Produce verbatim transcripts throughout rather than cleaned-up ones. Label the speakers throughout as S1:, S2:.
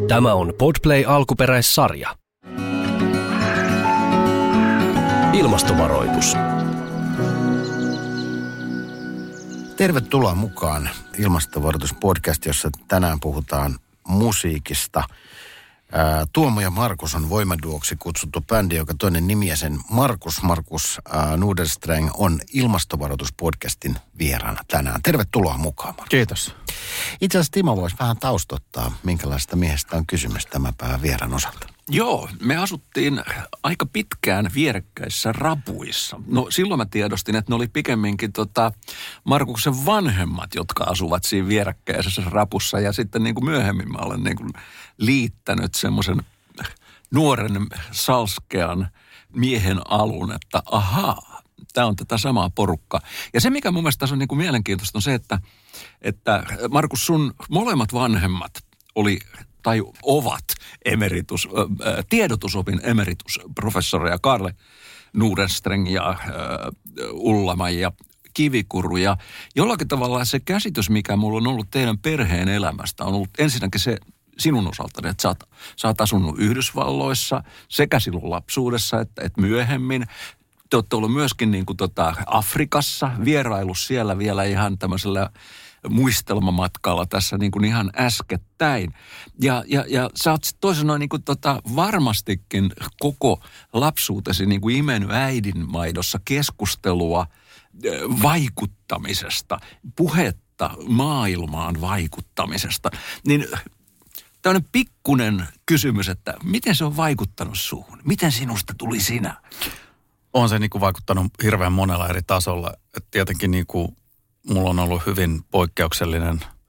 S1: Tämä on Podplay alkuperäissarja. Ilmastovaroitus.
S2: Tervetuloa mukaan Ilmastovaroitus-podcast, jossa tänään puhutaan musiikista. Ää, Tuomo ja Markus on voimaduoksi kutsuttu bändi, joka toinen nimi ja sen Markus, Markus ää, Nudelstreng on Ilmastovaroitus-podcastin vieraana tänään. Tervetuloa mukaan, Markus.
S3: Kiitos.
S2: Itse asiassa Timo voisi vähän taustottaa, minkälaista miehestä on kysymys tämän päivän vieraan osalta.
S3: Joo, me asuttiin aika pitkään vierekkäissä rapuissa. No silloin mä tiedostin, että ne oli pikemminkin tota Markuksen vanhemmat, jotka asuvat siinä vierekkäisessä rapussa. Ja sitten niin kuin myöhemmin mä olen niin kuin liittänyt semmoisen nuoren salskean miehen alun, että ahaa, tämä on tätä samaa porukkaa. Ja se, mikä mun mielestä tässä on niin kuin mielenkiintoista, on se, että, että Markus, sun molemmat vanhemmat oli tai ovat emeritus, äh, tiedotusopin emeritusprofessoreja Karle Nudelstreng ja äh, Ullama ja Kivikuru. Ja jollakin tavalla se käsitys, mikä mulla on ollut teidän perheen elämästä, on ollut ensinnäkin se sinun osaltani, että sä oot, sä oot asunut Yhdysvalloissa sekä silloin lapsuudessa että, että myöhemmin. Te olette ollut myöskin niin kuin tota Afrikassa, vierailut siellä vielä ihan tämmöisellä muistelmamatkalla tässä niin kuin ihan äskettäin. Ja, ja, ja sä oot toisin niin kuin tota varmastikin koko lapsuutesi niin kuin imennyt äidin maidossa keskustelua vaikuttamisesta, puhetta maailmaan vaikuttamisesta. Niin tämmöinen pikkunen kysymys, että miten se on vaikuttanut suhun? Miten sinusta tuli sinä?
S4: On se niin kuin vaikuttanut hirveän monella eri tasolla. Et tietenkin niin kuin mulla on ollut hyvin poikkeuksellinen ö,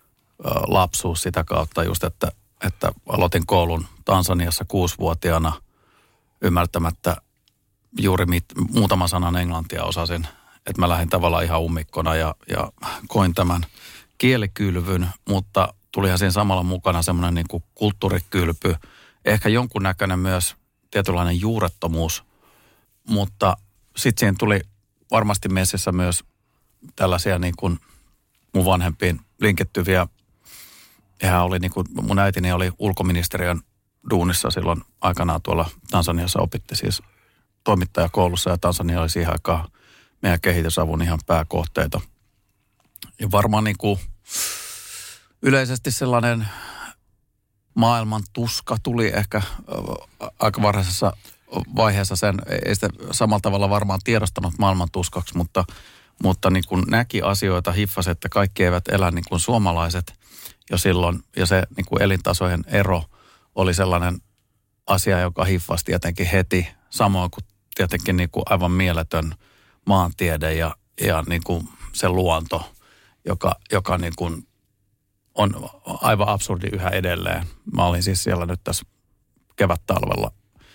S4: lapsuus sitä kautta just, että, että aloitin koulun Tansaniassa kuusivuotiaana ymmärtämättä juuri mit, muutaman sanan englantia osasin. Että mä lähdin tavallaan ihan ummikkona ja, ja koin tämän kielikylvyn, mutta tulihan siinä samalla mukana semmoinen niin kuin kulttuurikylpy. Ehkä jonkunnäköinen myös tietynlainen juurettomuus, mutta sitten siihen tuli varmasti messissä myös tällaisia niin kuin mun vanhempiin linkittyviä. Hän oli niin kuin, mun äitini oli ulkoministeriön duunissa silloin aikanaan tuolla Tansaniassa, opitti siis toimittajakoulussa ja Tansania oli siihen aikaan meidän kehitysavun ihan pääkohteita. Ja varmaan niin kuin yleisesti sellainen maailman tuska tuli ehkä aika varhaisessa vaiheessa sen, ei sitä samalla tavalla varmaan tiedostanut maailman tuskaksi, mutta Mutta niin kuin näki asioita, hiffasi, että kaikki eivät elä niin kuin suomalaiset jo silloin. Ja se niin kuin elintasojen ero oli sellainen asia, joka hiffasi tietenkin heti. Samoin kuin tietenkin niin kuin aivan mieletön maantiede ja, ja niin kuin se luonto, joka, joka niin kuin on aivan absurdi yhä edelleen. Mä olin siis siellä nyt tässä kevättalvella.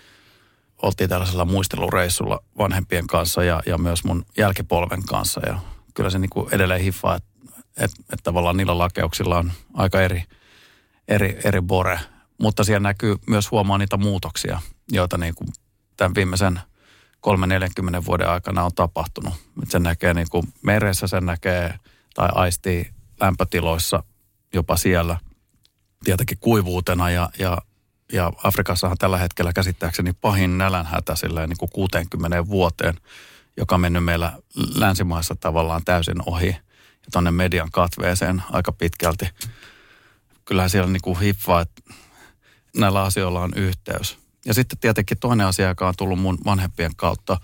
S4: Oltiin tällaisella muistelureissulla vanhempien kanssa ja, ja myös mun jälkipolven kanssa. Ja kyllä se niin kuin edelleen hiffaa, että et, et tavallaan niillä lakeuksilla on aika eri, eri, eri bore. Mutta siellä näkyy myös huomaa niitä muutoksia, joita niin kuin tämän viimeisen kolme neljänkymmenen vuoden aikana on tapahtunut. Sen näkee niin kuin meressä, sen näkee tai aistii lämpötiloissa jopa siellä. Tietenkin kuivuutena ja, ja Ja Afrikassahan tällä hetkellä käsittääkseni pahin nälänhätä silleen niin kuin kuuteenkymmeneen vuoteen, joka on mennyt meillä länsimaissa tavallaan täysin ohi ja tuonne median katveeseen aika pitkälti. Kyllähän siellä niin kuin hiffaa, että näillä asioilla on yhteys. Ja sitten tietenkin toinen asia, joka on tullut mun vanhempien kautta,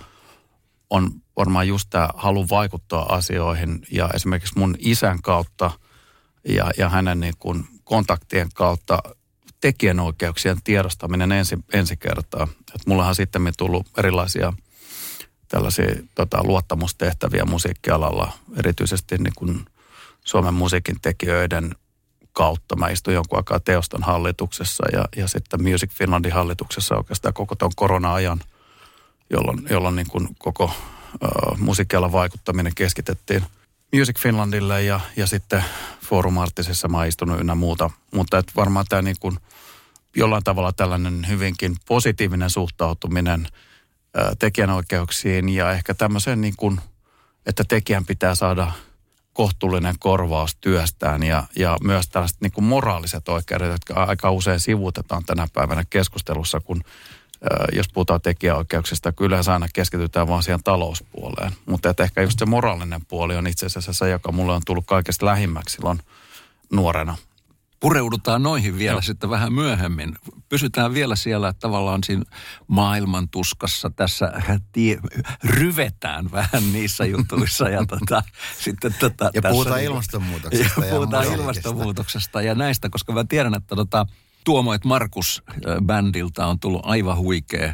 S4: on varmaan just tämä halu vaikuttaa asioihin ja esimerkiksi mun isän kautta ja, ja hänen niin kuin kontaktien kautta tekijänoikeuksien tiedostaminen ensi, ensi kertaa. Et mullahan sitten tullut erilaisia tällaisia tota, luottamustehtäviä musiikkialalla, erityisesti niin kuin Suomen musiikin tekijöiden kautta. Mä istuin jonkun aikaa Teoston hallituksessa ja, ja sitten Music Finlandin hallituksessa oikeastaan koko tuon korona-ajan, jolloin, jolloin niin kuin koko uh, musiikkialan vaikuttaminen keskitettiin Music Finlandille ja, ja sitten Forum Artisissa mä oon istunut ynnä muuta. Mutta et varmaan tämä niin kuin jollain tavalla tällainen hyvinkin positiivinen suhtautuminen ää, tekijänoikeuksiin ja ehkä tämmöiseen niin kuin, että tekijän pitää saada kohtuullinen korvaus työstään ja, ja myös tällaiset niin kuin moraaliset oikeudet, jotka aika usein sivuutetaan tänä päivänä keskustelussa, kun jos puhutaan tekijäoikeuksista, kyllä yleensä aina keskitytään vaan siihen talouspuoleen. Mutta että ehkä just se moraalinen puoli on itse asiassa se, joka mulle on tullut kaikesta lähimmäksi silloin nuorena.
S3: Pureudutaan noihin vielä
S4: Joo.
S3: sitten vähän myöhemmin. Pysytään vielä siellä tavallaan siinä maailman tuskassa. Tässä tie, ryvetään vähän niissä jutuissa. Ja, tota, sitten, tota,
S2: ja
S3: tässä
S2: puhutaan
S3: niin,
S2: ilmastonmuutoksesta.
S3: Ja,
S2: ja
S3: puhutaan
S2: musiikista.
S3: ilmastonmuutoksesta ja näistä, koska mä tiedän, että tota, Tuomo et Markus-bändiltä on tullut aivan huikea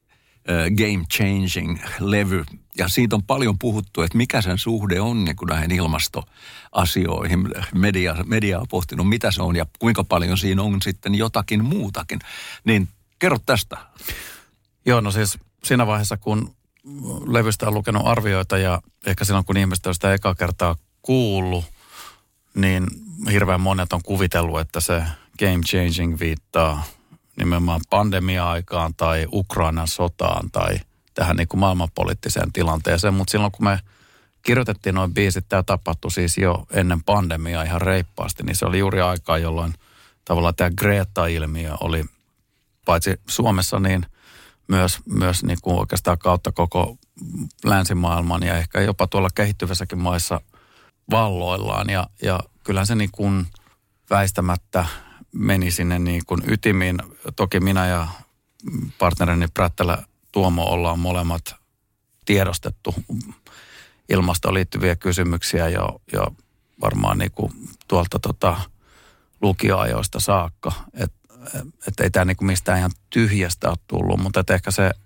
S3: game changing levy. Ja siitä on paljon puhuttu, että mikä sen suhde on niin kuin näihin ilmastoasioihin. Media, media on pohtinut, mitä se on ja kuinka paljon siinä on sitten jotakin muutakin. Niin kerro tästä.
S4: Joo, no siis siinä vaiheessa, kun levystä on lukenut arvioita ja ehkä silloin, kun ihmiset on sitä eka kertaa kuullut, niin hirveän monet on kuvitellut, että se game changing viittaa nimenomaan pandemia-aikaan tai Ukrainan sotaan tai tähän niin kuin maailmanpoliittiseen tilanteeseen. Mutta silloin kun me kirjoitettiin noin biisit, tämä tapahtui siis jo ennen pandemiaa ihan reippaasti, niin se oli juuri aikaa, jolloin tavallaan tämä Greta-ilmiö oli paitsi Suomessa, niin myös, myös niin kuin oikeastaan kautta koko länsimaailman ja ehkä jopa tuolla kehittyvissäkin maissa valloillaan. Ja, ja kyllähän se niin kuin väistämättä meni sinne niin kuin ytimiin. Toki minä ja partnerini Prättälä Tuomo ollaan molemmat tiedostettu ilmastoon liittyviä kysymyksiä ja, ja varmaan niin kuin tuolta tota lukioajoista saakka. Että et ei tämä niin kuin mistään ihan tyhjästä ole tullut, mutta et ehkä se,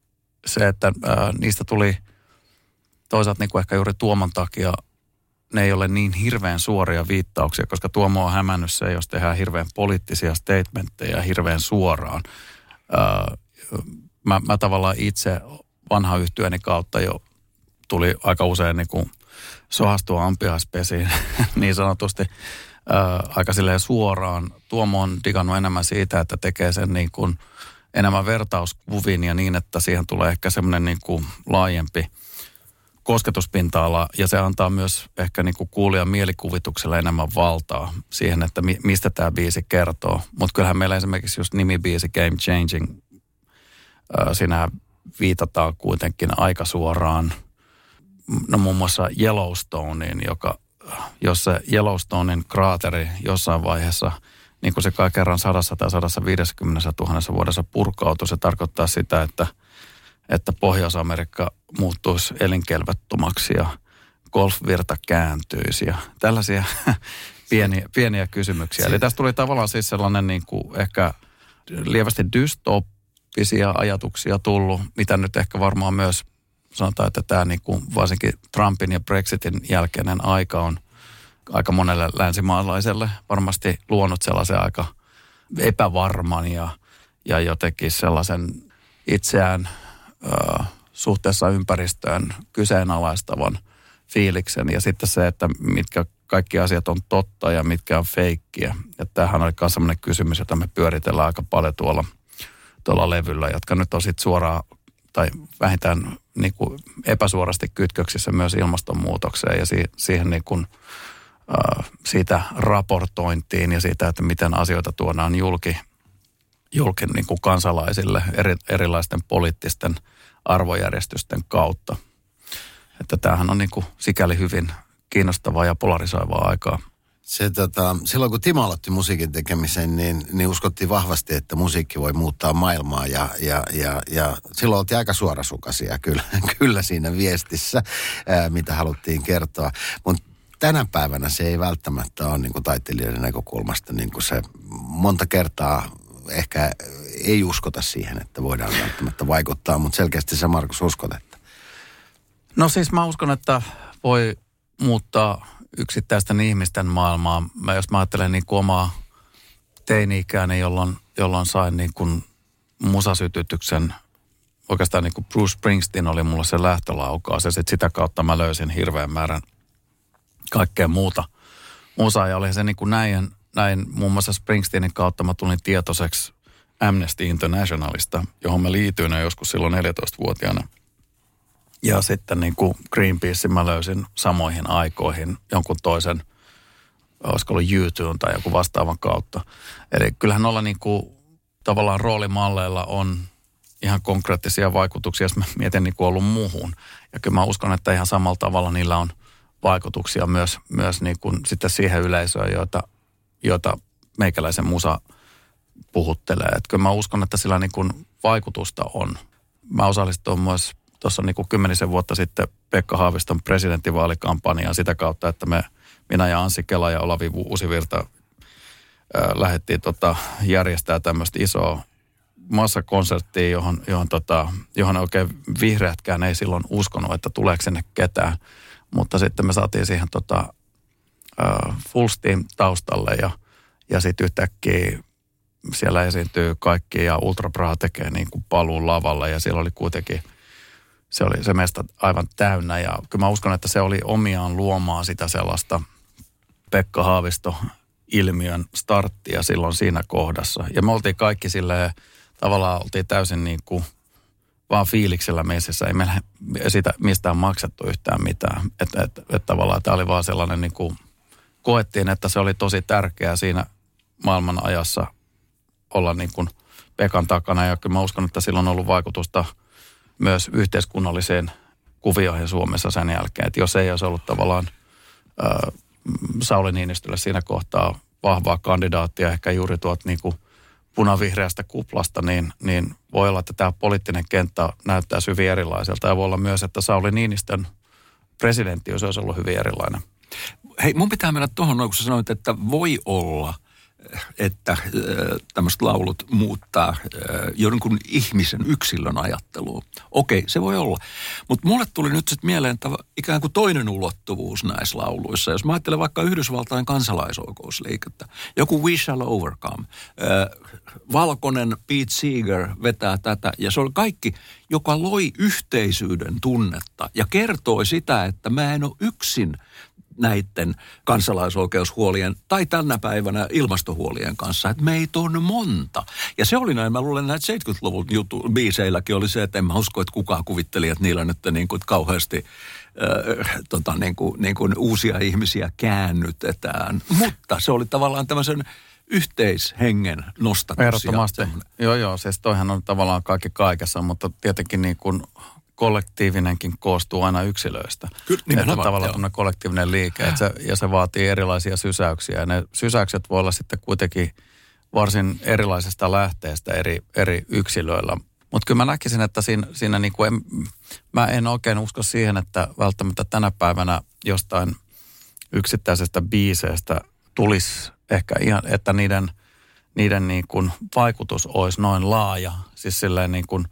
S4: se että ää, niistä tuli toisaalta niin kuin ehkä juuri Tuomon takia ne ei ole niin hirveän suoria viittauksia, koska Tuomo on hämännyt se, jos tehdään hirveän poliittisia statementteja hirveän suoraan. Ää, mä, mä tavallaan itse vanha yhtyeeni kautta jo tuli aika usein niin kuin sohastua ampiaispesiin niin sanotusti ää, aika silleen suoraan. Tuomo on digannut enemmän siitä, että tekee sen niin kuin enemmän vertauskuvin ja niin, että siihen tulee ehkä semmoinen niin kuin laajempi kosketuspinta-ala, ja se antaa myös ehkä niin kuin kuulijan mielikuvitukselle enemmän valtaa siihen, että mi- mistä tämä biisi kertoo. Mutta kyllähän meillä esimerkiksi just nimibiisi Game Changing, äh, siinä viitataan kuitenkin aika suoraan, no muun muassa Yellowstoneen, joka, jos se Yellowstonen kraateri jossain vaiheessa, niin kuin se kai kerran sadassa tai sadassa viidessäkymmenessä tuhannessa vuodessa purkautui, se tarkoittaa sitä, että että Pohjois-Amerikka muuttuisi elinkelvottomaksi ja golfvirta kääntyisi ja tällaisia pieniä, pieniä kysymyksiä. Eli tästä tuli tavallaan siis sellainen niin kuin ehkä lievästi dystoppisia ajatuksia tullut, mitä nyt ehkä varmaan myös sanotaan, että tämä niin kuin varsinkin Trumpin ja Brexitin jälkeinen aika on aika monelle länsimaalaiselle varmasti luonut sellaisen aika epävarman ja, ja jotenkin sellaisen itseään suhteessa ympäristöön kyseenalaistavan fiiliksen. Ja sitten se, että mitkä kaikki asiat on totta ja mitkä on feikkiä. Ja tämähän oli myös sellainen kysymys, jota me pyöritellään aika paljon tuolla, tuolla levyllä, jotka nyt on sitten suoraan tai vähintään niin kuin epäsuorasti kytköksissä myös ilmastonmuutokseen ja si- siihen niin kuin, äh, siitä raportointiin ja siitä, että miten asioita tuodaan julki. julkin niin kuin kansalaisille eri, erilaisten poliittisten arvojärjestysten kautta. Että tämähän on niin kuin sikäli hyvin kiinnostavaa ja polarisoivaa aikaa.
S2: Se, tota, silloin kun Timo aloitti musiikin tekemisen, niin, niin uskottiin vahvasti, että musiikki voi muuttaa maailmaa ja, ja, ja, ja silloin oltiin aika suorasukaisia kyllä, kyllä siinä viestissä, ää, mitä haluttiin kertoa. Mutta tänä päivänä se ei välttämättä ole niin kuin taiteilijoiden näkökulmasta niin kuin se monta kertaa ehkä ei uskota siihen, että voidaan välttämättä vaikuttaa, mutta selkeästi sä, Markus, uskot, että...
S4: No siis mä uskon, että voi muuttaa yksittäisten ihmisten maailmaa. Mä, jos mä ajattelen niin kuin omaa teini-ikääni, jolloin, jolloin sain niin kuin musasytytyksen, oikeastaan niin kuin Bruce Springsteen oli mulla se lähtölaukaus ja sit sitä kautta mä löysin hirveän määrän kaikkea muuta musaa ja oli se niin kuin näin, näin muun muassa Springsteenin kautta mä tulin tietoiseksi Amnesty Internationalista, johon mä liityin joskus silloin neljätoistavuotiaana. Ja sitten niin kuin Greenpeace mä löysin samoihin aikoihin jonkun toisen, olisiko ollut YouTuben tai joku vastaavan kautta. Eli kyllähän olla niin kuin tavallaan roolimalleilla on ihan konkreettisia vaikutuksia, jos mä mietin niin kuin ollut muuhun. Ja kyllä mä uskon, että ihan samalla tavalla niillä on vaikutuksia myös, myös niin kuin sitten siihen yleisöön, jota, jota meikäläisen musa puhuttelee. Että kyllä mä uskon, että sillä niin kuin vaikutusta on. Mä osallistuin myös tuossa niin kuin kymmenisen vuotta sitten Pekka Haaviston presidenttivaalikampanjaan sitä kautta, että me, minä ja Anssi Kela ja Olavi Uusivirta ää, lähdettiin tota, järjestää tämmöistä isoa massakonserttia, johon, johon, tota, johon oikein vihreätkään ei silloin uskonut, että tuleeko sinne ketään. Mutta sitten me saatiin siihen tota, ää, full steam taustalle ja, ja sitten yhtäkkiä siellä esiintyy kaikki ja Ultra Bra tekee niin kuin paluun lavalle ja siellä oli kuitenkin, se oli se mesta aivan täynnä ja kyllä mä uskon, että se oli omiaan luomaan sitä sellaista Pekka Haavisto-ilmiön starttia silloin siinä kohdassa. Ja me oltiin kaikki silleen, tavallaan oltiin täysin niin kuin vaan fiiliksellä messissä, ei meillä siitä mistään maksettu yhtään mitään. Että et, et tavallaan tämä oli vaan sellainen niin kuin, koettiin, että se oli tosi tärkeää siinä maailman ajassa olla niin kuin Pekan takana. Ja kyllä mä uskon, että sillä on ollut vaikutusta myös yhteiskunnalliseen kuvioihin Suomessa sen jälkeen. Että jos ei olisi ollut tavallaan ää, Sauli Niinistölle siinä kohtaa vahvaa kandidaattia, ehkä juuri tuot niin kuin punavihreästä kuplasta, niin, niin voi olla, että tämä poliittinen kenttä näyttää hyvin erilaiselta. Ja voi olla myös, että Sauli Niinistön presidenttiys olisi ollut hyvin erilainen.
S3: Hei, mun pitää mennä tuohon noin, kun sä sanoit, että voi olla, että äh, tämmöiset laulut muuttaa äh, jonkun ihmisen yksilön ajattelua. Okei, se voi olla. Mutta mulle tuli nyt sitten mieleen, että ikään kuin toinen ulottuvuus näissä lauluissa. Jos mä ajattelen vaikka Yhdysvaltain kansalaisoikeusliikettä, joku We Shall Overcome, äh, valkoinen Pete Seeger vetää tätä, ja se oli kaikki, joka loi yhteisyyden tunnetta ja kertoi sitä, että mä en ole yksin näiden kansalaisoikeushuolien tai tänä päivänä ilmastohuolien kanssa, että meitä on monta. Ja se oli näin, mä luulen näitä seitsemänkymmentäluvun jutu, biiseilläkin oli se, että en mä usko, että kukaan kuvitteli, että niillä nyt niin kuin kauheasti äh, tota, niin kuin, niin kuin uusia ihmisiä käännytetään. Mutta se oli tavallaan tämmöisen yhteishengen nostatus.
S4: Ehdottomasti. Joo, joo, siis toihan on tavallaan kaikki kaikessa, mutta tietenkin niin kuin kollektiivinenkin koostuu aina yksilöistä.
S3: Kyllä,
S4: että tavallaan tämmöinen kollektiivinen liike, että se, ja se vaatii erilaisia sysäyksiä. Ja ne sysäykset voi olla sitten kuitenkin varsin erilaisesta lähteestä eri, eri yksilöillä. Mutta kyllä mä näkisin, että siinä, siinä niin kuin en, mä en oikein usko siihen, että välttämättä tänä päivänä jostain yksittäisestä biiseistä tulisi ehkä ihan, että niiden, niiden niin kuin vaikutus olisi noin laaja. Siis silleen niin kuin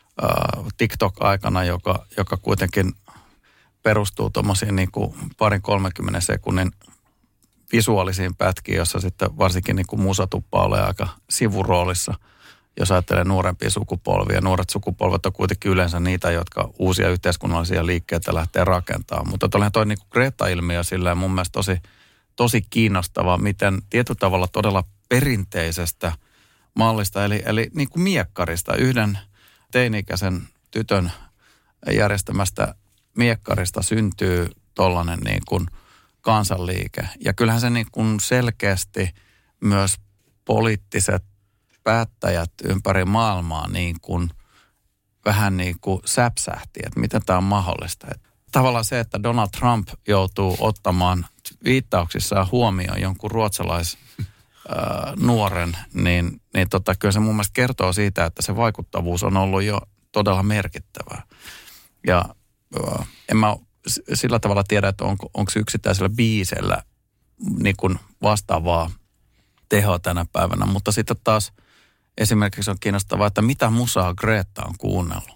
S4: TikTok-aikana, joka, joka kuitenkin perustuu tuommoisiin niin kuin parin kolmenkymmenen sekunnin visuaalisiin pätkiin, jossa sitten varsinkin niin kuin musatuppa ole aika sivuroolissa, jos ajattelee nuorempia sukupolvia. Nuoret sukupolvet on kuitenkin yleensä niitä, jotka uusia yhteiskunnallisia liikkeitä lähtee rakentamaan. Mutta olihan toi niin kuin Greta-ilmiö silleen mun mielestä tosi, tosi kiinnostava, miten tietyllä tavalla todella perinteisestä mallista, eli, eli niin kuin miekkarista, yhden teini-ikäisen tytön järjestämästä miekkarista syntyy tollainen niin kuin kansanliike. Ja kyllähän se niin kuin selkeästi myös poliittiset päättäjät ympäri maailmaa niin kuin vähän niin kuin säpsähti, että miten tämä on mahdollista. Että tavallaan se, että Donald Trump joutuu ottamaan viittauksissaan huomioon jonkun ruotsalais nuoren, niin, niin tota, kyllä se mun mielestä kertoo siitä, että se vaikuttavuus on ollut jo todella merkittävää. Ja äh, en mä sillä tavalla tiedä, että onko, onko yksittäisellä biisellä niin kuin vastaavaa tehoa tänä päivänä, mutta sitten taas esimerkiksi on kiinnostavaa, että mitä musaa Greta on kuunnellut.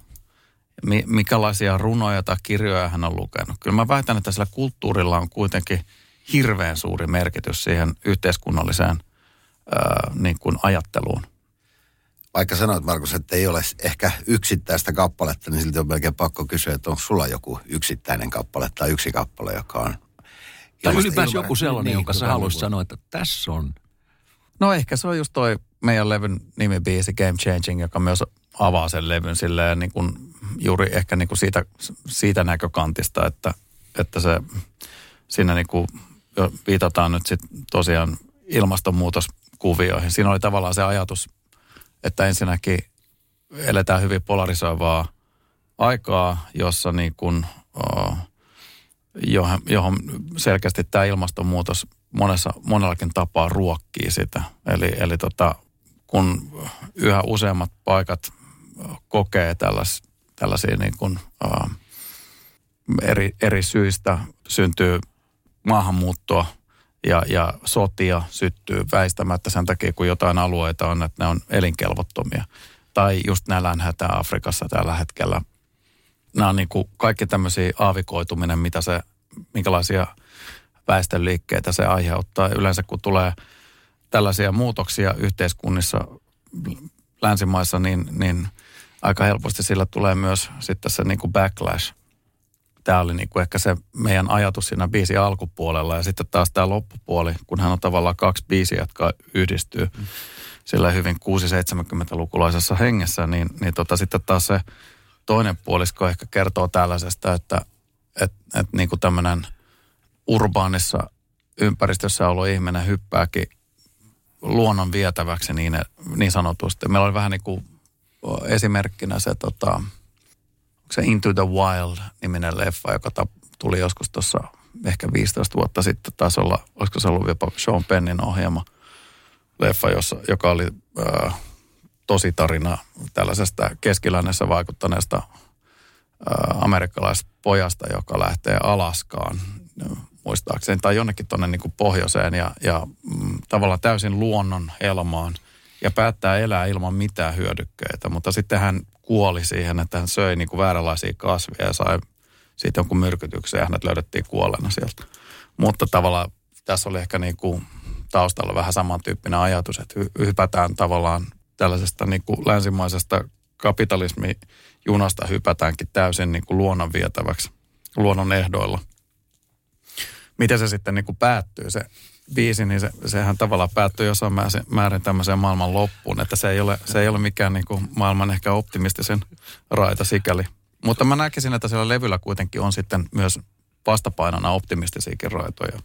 S4: Mikälaisia runoja tai kirjoja hän on lukenut. Kyllä mä väitän, että sillä kulttuurilla on kuitenkin hirveän suuri merkitys siihen yhteiskunnalliseen ää, niin kuin ajatteluun.
S2: Vaikka sanoit, Markus, että ei ole ehkä yksittäistä kappaletta, niin silti on melkein pakko kysyä, että onko sulla joku yksittäinen kappale tai yksi kappale, joka on...
S3: Tai ylipäänsä joku sellainen, niin, jonka sä haluaisit sanoa, että tässä on...
S4: No ehkä se on just toi meidän levyn nimibiisi Game Changing, joka myös avaa sen levyn silleen niin kuin juuri ehkä niin kuin siitä, siitä näkökantista, että, että se siinä niin kuin viitataan nyt sitten tosiaan ilmastonmuutoskuvioihin. Siinä oli tavallaan se ajatus, että ensinnäkin eletään hyvin polarisoivaa aikaa, jossa niin kuin, oh, johon, johon selkeästi tämä ilmastonmuutos monessa, monellakin tapaa ruokkii sitä. Eli, eli tota, kun yhä useammat paikat kokee tällas, tällaisia niin kuin, uh, eri, eri syistä syntyy maahanmuuttoa ja, ja sotia syttyy väistämättä sen takia, kun jotain alueita on, että ne on elinkelvottomia. Tai just nälänhätä Afrikassa tällä hetkellä. Nämä on niin kuin kaikki tämmöisiä aavikoituminen, mitä se, minkälaisia väestönliikkeitä se aiheuttaa. Yleensä kun tulee tällaisia muutoksia yhteiskunnissa länsimaissa, niin, niin aika helposti sillä tulee myös sitten se niin kuin backlash. Tämä oli niin kuin ehkä se meidän ajatus siinä biisin alkupuolella ja sitten taas tämä loppupuoli, kun hän on tavallaan kaksi biisiä, jotka yhdistyy mm. sillä hyvin kuusi-seitsemänkymmentälukulaisessa hengessä, niin, niin tota, sitten taas se toinen puolisko ehkä kertoo tällaisesta, että et, et niin kuin tämmöinen urbaanissa ympäristössä ollut ihminen hyppääkin luonnon vietäväksi niin, niin sanotusti. Meillä oli vähän niin kuin esimerkkinä se, tota, onko se Into the Wild-niminen leffa, joka tuli joskus tuossa ehkä viisitoista vuotta sitten. Taisi olla, olisiko se ollut jopa Sean Pennin ohjelma leffa, jossa, joka oli ää, tosi tarina tällaisesta keskilännessä vaikuttaneesta ää, amerikkalaisesta pojasta, joka lähtee Alaskaan muistaakseni, tai jonnekin tuonne niin kuin pohjoiseen ja, ja mm, tavallaan täysin luonnon helmaan ja päättää elää ilman mitään hyödykkeitä. Mutta sitten hän kuoli siihen, että hän söi niin kuin vääränlaisia kasveja ja sai siitä jonkun myrkytyksen ja hänet löydettiin kuolleena sieltä. Mutta tavallaan tässä oli ehkä niin kuin taustalla vähän samantyyppinen ajatus, että hypätään tavallaan tällaisesta niin kuin länsimaisesta kapitalismijunasta hypätäänkin täysin niin kuin luonnon vietäväksi, luonnon ehdoilla. Miten se sitten niin kuin päättyy, se biisi, niin se, sehän tavallaan päättyy jossain määrin tämmöiseen maailman loppuun, että se ei ole, se ei ole mikään niin kuin maailman ehkä optimistisen raita sikäli. Mutta mä näkisin, että siellä levyllä kuitenkin on sitten myös vastapainona optimistisiakin raitoja.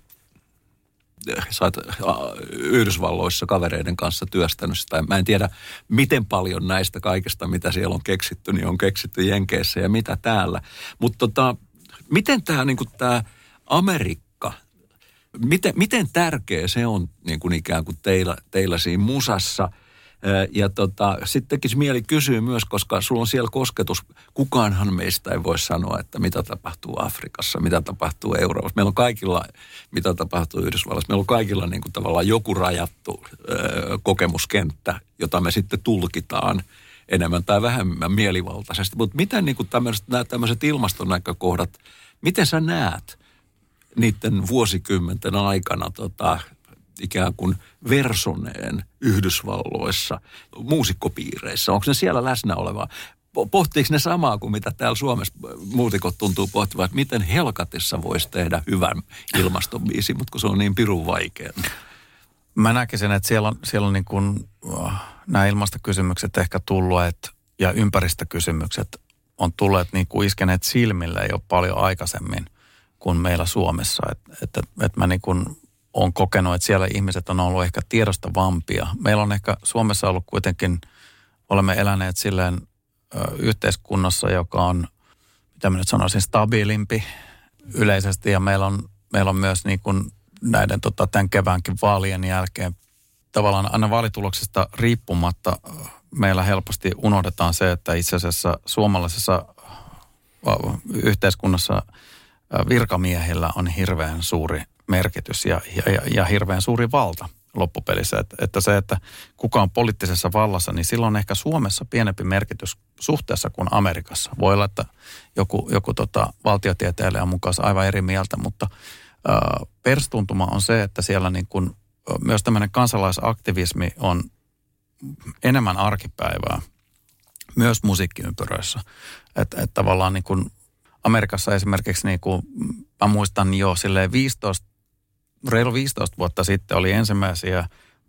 S3: Sä oot Yhdysvalloissa kavereiden kanssa työstänyt sitä. Mä en tiedä, miten paljon näistä kaikesta, mitä siellä on keksitty, niin on keksitty Jenkeissä ja mitä täällä. Mutta tota, miten tämä niinku tää Amerikka, miten, miten tärkeä se on niin kuin ikään kuin teillä, teillä siinä musassa? Ja tota, sitten tekisi mieli kysyä myös, koska sulla on siellä kosketus, kukaanhan meistä ei voi sanoa, että mitä tapahtuu Afrikassa, mitä tapahtuu Euroopassa. Meillä on kaikilla, mitä tapahtuu Yhdysvalloissa, meillä on kaikilla niin kuin tavallaan joku rajattu ö, kokemuskenttä, jota me sitten tulkitaan enemmän tai vähemmän mielivaltaisesti. Mutta miten niin kuin tämmöiset, nämä tämmöiset ilmastonäkökohdat, miten sä näet niiden vuosikymmenten aikana tota, ikään kuin versoneen Yhdysvalloissa, muusikkopiireissä? Onko ne siellä läsnä olevaa? Pohtiiko ne samaa kuin mitä täällä Suomessa muusikot tuntuu pohtivan, että miten helkatissa voisi tehdä hyvän ilmastobiisin, mutta kun se on niin pirun vaikea?
S4: Mä näkisin, että siellä on, siellä on niin kuin, uh, nämä ilmastokysymykset ehkä tullut, että, ja ympäristökysymykset on tulleet niin kuin iskeneet silmille jo paljon aikaisemmin kuin meillä Suomessa. Että et, et mä niin kuin olen kokenut, että siellä ihmiset on ollut ehkä tiedostavampia. Meillä on ehkä Suomessa ollut kuitenkin, olemme eläneet silleen ö, yhteiskunnassa, joka on, mitä mä nyt sanoisin, stabiilimpi yleisesti. Ja meillä on, meillä on myös niin kuin näiden tota, tämän keväänkin vaalien jälkeen tavallaan aina vaalituloksesta riippumatta meillä helposti unohdetaan se, että itse asiassa suomalaisessa yhteiskunnassa virkamiehillä on hirveän suuri merkitys ja, ja, ja hirveän suuri valta loppupelissä. Että, että se, että kuka on poliittisessa vallassa, niin silloin on ehkä Suomessa pienempi merkitys suhteessa kuin Amerikassa. Voi olla, että joku, joku tota, valtiotieteilijä on mukaan aivan eri mieltä, mutta äh, perstuntuma on se, että siellä niin kuin, myös tämmöinen kansalaisaktivismi on enemmän arkipäivää, myös musiikkiympyröissä. Että et tavallaan niin kuin Amerikassa esimerkiksi, niin kuin, mä muistan jo silleen viisitoista reilu viisitoista vuotta sitten oli ensimmäisiä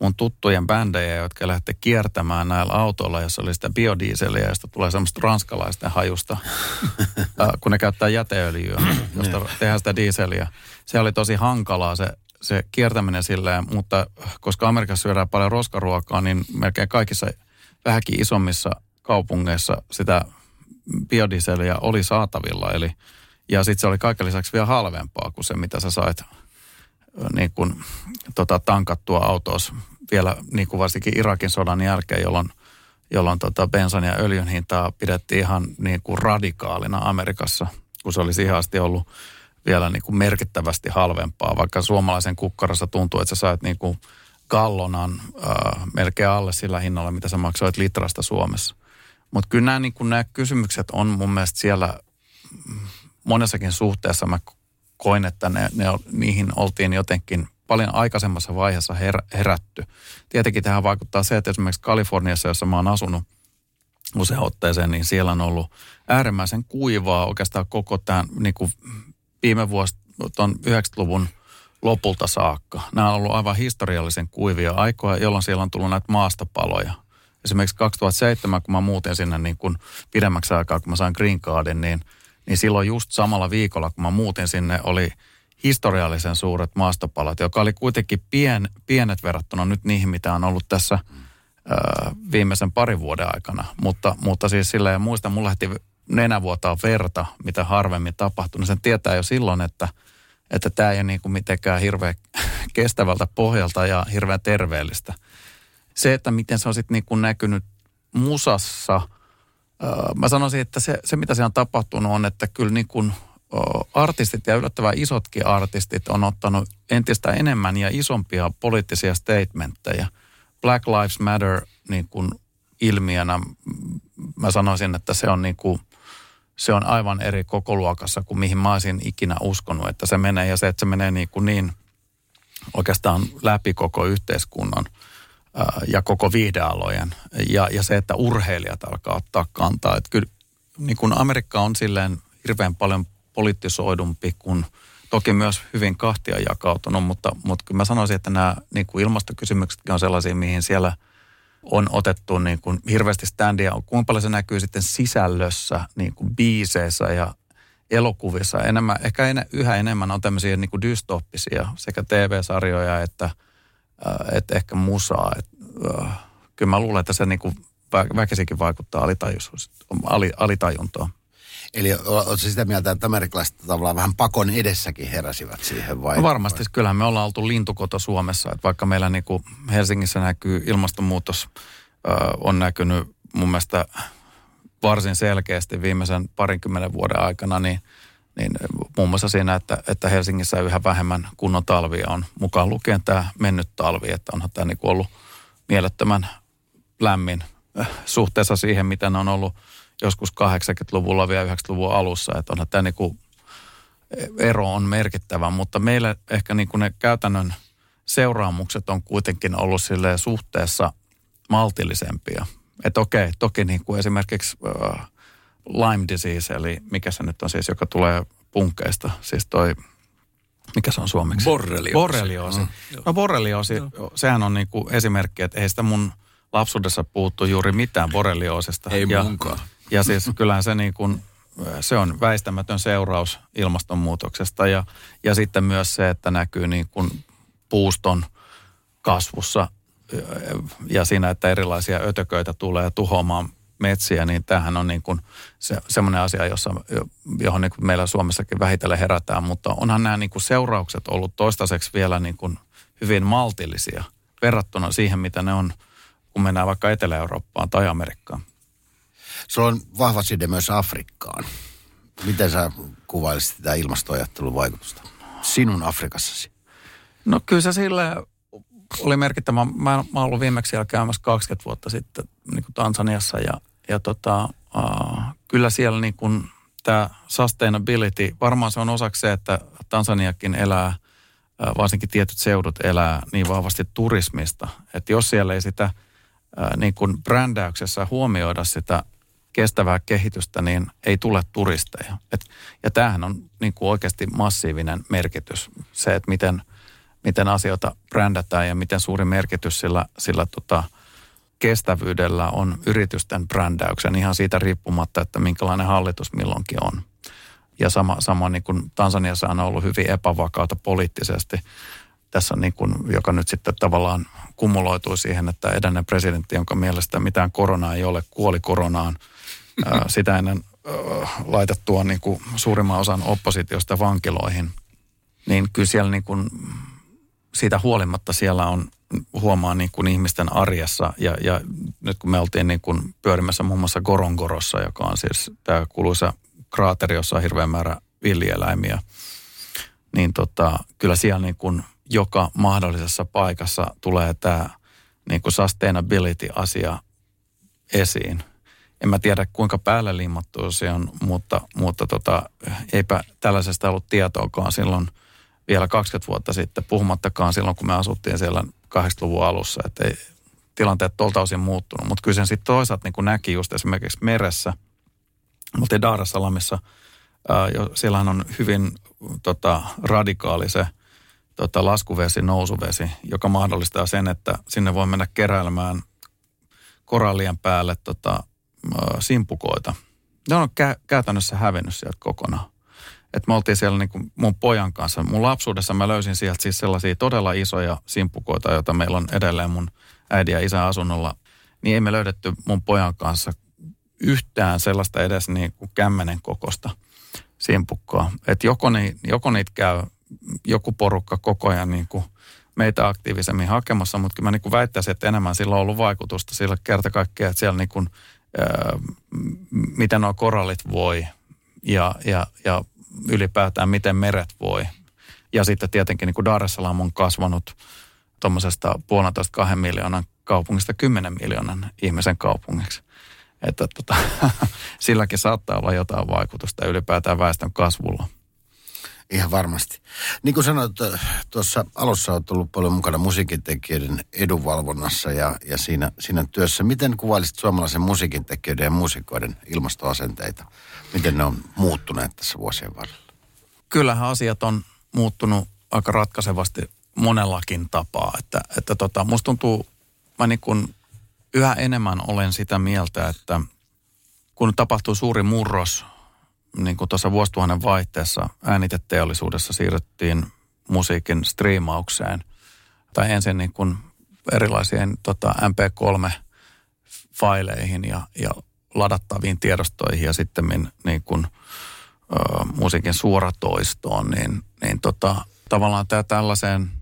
S4: mun tuttujen bändejä, jotka lähtee kiertämään näillä autoilla, jossa oli sitä biodieseliä, josta tulee semmoista ranskalaisten hajusta, kun ne käyttää jäteöljyä, josta tehdään sitä dieseliä. Se oli tosi hankalaa se, se kiertäminen silleen, mutta koska Amerikassa syödään paljon roskaruokaa, niin melkein kaikissa vähänkin isommissa kaupungeissa sitä biodieseliä oli saatavilla. Eli, ja sitten se oli kaiken lisäksi vielä halvempaa kuin se, mitä sä sait niin kuin, tota, tankattua autossa vielä niin kuin varsinkin Irakin sodan jälkeen, jolloin, jolloin tota, bensan ja öljyn hintaa pidettiin ihan niin kuin radikaalina Amerikassa, kun se oli siihen asti ollut vielä niin kuin merkittävästi halvempaa, vaikka suomalaisen kukkarassa tuntuu, että sä sait niin kuin gallonan äh, melkein alle sillä hinnalla, mitä sä maksoit litrasta Suomessa. Mutta kyllä nämä, niin kuin nämä kysymykset on mun mielestä siellä monessakin suhteessa mä koin, että ne, ne, niihin oltiin jotenkin paljon aikaisemmassa vaiheessa her, herätty. Tietenkin tähän vaikuttaa se, että esimerkiksi Kaliforniassa, jossa mä oon asunut usein otteeseen, niin siellä on ollut äärimmäisen kuivaa oikeastaan koko tämän niin kuin viime vuosi tuon yhdeksänkymmentäluvun lopulta saakka. Nämä on ollut aivan historiallisen kuivia aikoja, jolloin siellä on tullut näitä maastopaloja. Esimerkiksi kaksituhattaseitsemän, kun mä muutin sinne niin kuin pidemmäksi aikaa, kun mä sain Green Cardin, niin, niin silloin just samalla viikolla, kun mä muutin sinne, oli historiallisen suuret maastopalot, joka oli kuitenkin pien, pienet verrattuna nyt niihin, mitä on ollut tässä ö, viimeisen parin vuoden aikana. Mutta, mutta siis silleen muistan, mulla lähti nenävuotaa verta, mitä harvemmin tapahtui. Niin sen tietää jo silloin, että että tämä ei ole niin kuin mitenkään hirveän kestävältä pohjalta ja hirveän terveellistä. Se, että miten se on sitten niin kuin näkynyt musassa, mä sanoisin, että se, se mitä siellä on tapahtunut on, että kyllä niin kuin artistit ja yllättävän isotkin artistit on ottanut entistä enemmän ja isompia poliittisia statementteja. Black Lives Matter niin kuin ilmiönä, mä sanoisin, että se on niin kuin se on aivan eri kokoluokassa kuin mihin mä olisin ikinä uskonut, että se menee. Ja se, että se menee niin, kuin niin oikeastaan läpi koko yhteiskunnan ää, ja koko viihdealojen. Ja, ja se, että urheilijat alkaa ottaa kantaa. Että kyllä niin kuin Amerikka on silleen hirveän paljon poliittisoidumpi kuin toki myös hyvin kahtia jakautunut. Mutta, mutta kyllä mä sanoisin, että nämä niin kuin ilmastokysymyksetkin on sellaisia, mihin siellä on otettu niin kuin hirveästi standia. Kuinka paljon se näkyy sitten sisällössä, niin kuin biiseissä ja elokuvissa. Enemmän, ehkä en, yhä enemmän on tämmöisiä niin kuin dystoppisia sekä T V-sarjoja että, äh, että ehkä musaa. Et, äh, kyllä mä luulen, että se niin kuin väkisinkin vaikuttaa ali, alitajuntoon.
S2: Eli oletko sitä mieltä, että amerikkalaiset tavallaan vähän pakon edessäkin heräsivät siihen vai?
S4: No varmasti, kyllähän me ollaan oltu lintukoto Suomessa, että vaikka meillä niin kuin Helsingissä näkyy ilmastonmuutos, äh, on näkynyt mun mielestä varsin selkeästi viimeisen parinkymmenen vuoden aikana, niin, niin muun muassa siinä, että, että Helsingissä yhä vähemmän kunnon talvia on mukaan lukien tämä mennyt talvi, että onhan tämä niin kuin ollut mielettömän lämmin äh, suhteessa siihen, mitä ne on ollut joskus kahdeksankymmentäluvulla vielä yhdeksänkymmentäluvun alussa, että onhan tämä niinku ero on merkittävä, mutta meillä ehkä niinku ne käytännön seuraamukset on kuitenkin ollut silleen suhteessa maltillisempia. Että okei, toki niinku esimerkiksi äh, Lyme disease, eli mikä se nyt on siis, joka tulee punkeista, siis toi, mikä se on suomeksi?
S3: Borrelioosi.
S4: Borrelioosi. No, no borrelioosi, no. Sehän on niinku esimerkki, että ei sitä mun lapsuudessa puuttu juuri mitään borrelioosista.
S3: Ei
S4: ja,
S3: munkaan.
S4: Ja siis kyllähän se, niin kuin, se on väistämätön seuraus ilmastonmuutoksesta ja, ja sitten myös se, että näkyy niin kuin puuston kasvussa ja siinä, että erilaisia ötököitä tulee tuhoamaan metsiä, niin tämähän on niin kuin se, semmoinen asia, jossa, johon niin kuin meillä Suomessakin vähitellen herätään, mutta onhan nämä niin kuin seuraukset ollut toistaiseksi vielä niin kuin hyvin maltillisia verrattuna siihen, mitä ne on, kun mennään vaikka Etelä-Eurooppaan tai Amerikkaan.
S2: Sulla on vahva side myös Afrikkaan. Miten sä kuvailisit sitä ilmastoajattelun vaikutusta sinun Afrikassasi?
S4: No kyllä se sille oli merkittävä. Mä, mä oon ollut viimeksi siellä käymässä kaksikymmentä vuotta sitten niin kuin Tansaniassa ja, ja tota, uh, kyllä siellä niin kuin tämä sustainability, varmaan se on osaksi se, että Tansaniakin elää, uh, varsinkin tietyt seudut elää niin vahvasti turismista, että jos siellä ei sitä uh, niin kuin brändäyksessä huomioida sitä kestävää kehitystä, niin ei tule turisteja. Et, ja tämähän on niin kuin oikeasti massiivinen merkitys. Se, että miten miten asioita brändätään ja miten suuri merkitys sillä, sillä tota, kestävyydellä on yritysten brändäyksen ihan siitä riippumatta, että minkälainen hallitus milloinkin on. Ja sama, sama niin kuin Tansaniassa on ollut hyvin epävakaata poliittisesti. Tässä on niin kuin, joka nyt sitten tavallaan kumuloituu siihen, että edellinen presidentti, jonka mielestä mitään koronaa ei ole, kuoli koronaan. Ää, sitä ennen ää, laitettua niin kuin suurimman osan oppositiosta vankiloihin. Niin kyllä siellä niin kuin, siitä huolimatta siellä on, huomaa niin kuin ihmisten arjessa. Ja, ja nyt kun me oltiin niin kuin pyörimässä muun muassa Gorongorossa, joka on siis tämä kuuluisa kraateri, jossa on hirveän määrä villieläimiä, niin tota, kyllä siellä niin kuin joka mahdollisessa paikassa tulee tämä niin kuin sustainability-asia esiin. En mä tiedä, kuinka päälle liimattu se on, mutta, mutta tota, eipä tällaisesta ollut tietoakaan silloin vielä kaksikymmentä vuotta sitten, puhumattakaan silloin, kun me asuttiin siellä kahdeksankymmentäluvun alussa, että ei tilanteet tuolta osin muuttunut. Mutta kyllä sen sitten toisaalta niin kuin näki just esimerkiksi meressä, mutta Dar es Salaamissa, siellähän on hyvin tota, radikaali se tota, laskuvesi, nousuvesi, joka mahdollistaa sen, että sinne voi mennä keräilemään korallien päälle tota, simpukoita. Ne on kä- käytännössä hävinnyt sieltä kokonaan. Et me oltiin siellä niin kuin mun pojan kanssa. Mun lapsuudessa mä löysin sieltä siis sellaisia todella isoja simpukoita, joita meillä on edelleen mun äidin ja isän asunnolla. Niin ei me löydetty mun pojan kanssa yhtään sellaista edes niin kuin kämmenen kokosta simpukkoa. Että joko, ni, joko niitä käy joku porukka koko ajan niin kuin meitä aktiivisemmin hakemassa, mutta kyllä mä niin kuin väittäisin, että enemmän sillä on ollut vaikutusta sillä kerta kaikkea, että siellä niin kuin, ää, miten nuo korallit voi ja, ja, ja ylipäätään miten meret voi. Ja sitten tietenkin niin kuin Dar es Salaam on kasvanut tuommoisesta puolentoista kahden miljoonan kaupungista kymmenen miljoonan ihmisen kaupungiksi. Että tota, silläkin saattaa olla jotain vaikutusta ylipäätään väestön kasvulla.
S2: Ihan varmasti. Niin kuin sanoit, tuossa alussa olet ollut paljon mukana musiikintekijöiden edunvalvonnassa ja, ja siinä, siinä työssä. Miten kuvailisit suomalaisen musiikintekijöiden ja muusikoiden ilmastoasenteita? Miten ne on muuttuneet tässä vuosien varrella?
S4: Kyllähän asiat on muuttunut aika ratkaisevasti monellakin tapaa. Että, että tota, musta tuntuu, mä niin kuin yhä enemmän olen sitä mieltä, että kun tapahtuu suuri murros, niin kuin tuossa vuosituhannen vaihteessa ääniteteollisuudessa siirryttiin musiikin striimaukseen. Tai ensin niin kuin erilaisiin tota, M P kolme -faileihin ja, ja ladattaviin tiedostoihin ja sitten niin kuin, ö, musiikin suoratoistoon, niin, niin tota, tavallaan tämä tällaiseen